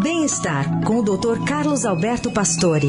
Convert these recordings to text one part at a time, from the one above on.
Bem-estar com o Dr. Carlos Alberto Pastore.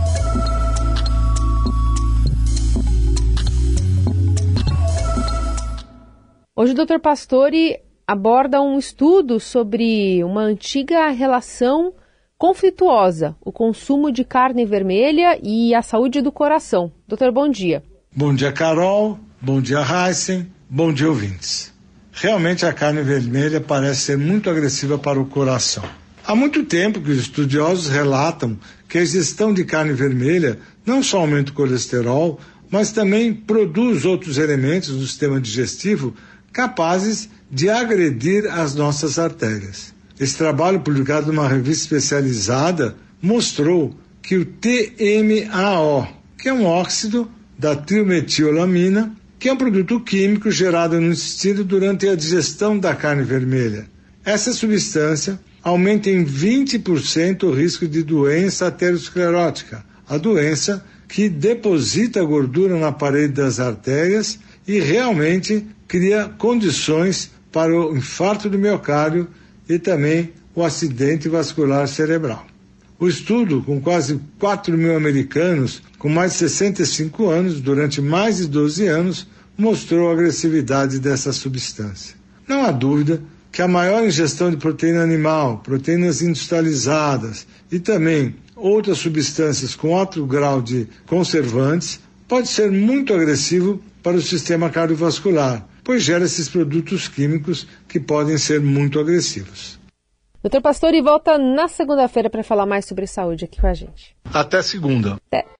Hoje o Dr. Pastore aborda um estudo sobre uma antiga relação conflituosa, o consumo de carne vermelha e a saúde do coração. Doutor, bom dia. Bom dia, Carol. Bom dia, Heisen. Bom dia, ouvintes. Realmente a carne vermelha parece ser muito agressiva para o coração. Há muito tempo que os estudiosos relatam que a ingestão de carne vermelha não só aumenta o colesterol, mas também produz outros elementos do sistema digestivo capazes de agredir as nossas artérias. Esse trabalho, publicado numa revista especializada, mostrou que o TMAO, que é um óxido da trimetilamina, que é um produto químico gerado no intestino durante a digestão da carne vermelha. Essa substância aumenta em 20% o risco de doença aterosclerótica, a doença que deposita gordura na parede das artérias e realmente cria condições para o infarto do miocárdio e também o acidente vascular cerebral. O estudo, com quase 4 mil americanos com mais de 65 anos, durante mais de 12 anos, mostrou a agressividade dessa substância. Não há dúvida que a maior ingestão de proteína animal, proteínas industrializadas e também outras substâncias com alto grau de conservantes pode ser muito agressivo para o sistema cardiovascular, pois gera esses produtos químicos que podem ser muito agressivos. Doutor Pastore volta na segunda-feira para falar mais sobre saúde aqui com a gente. Até segunda. Até.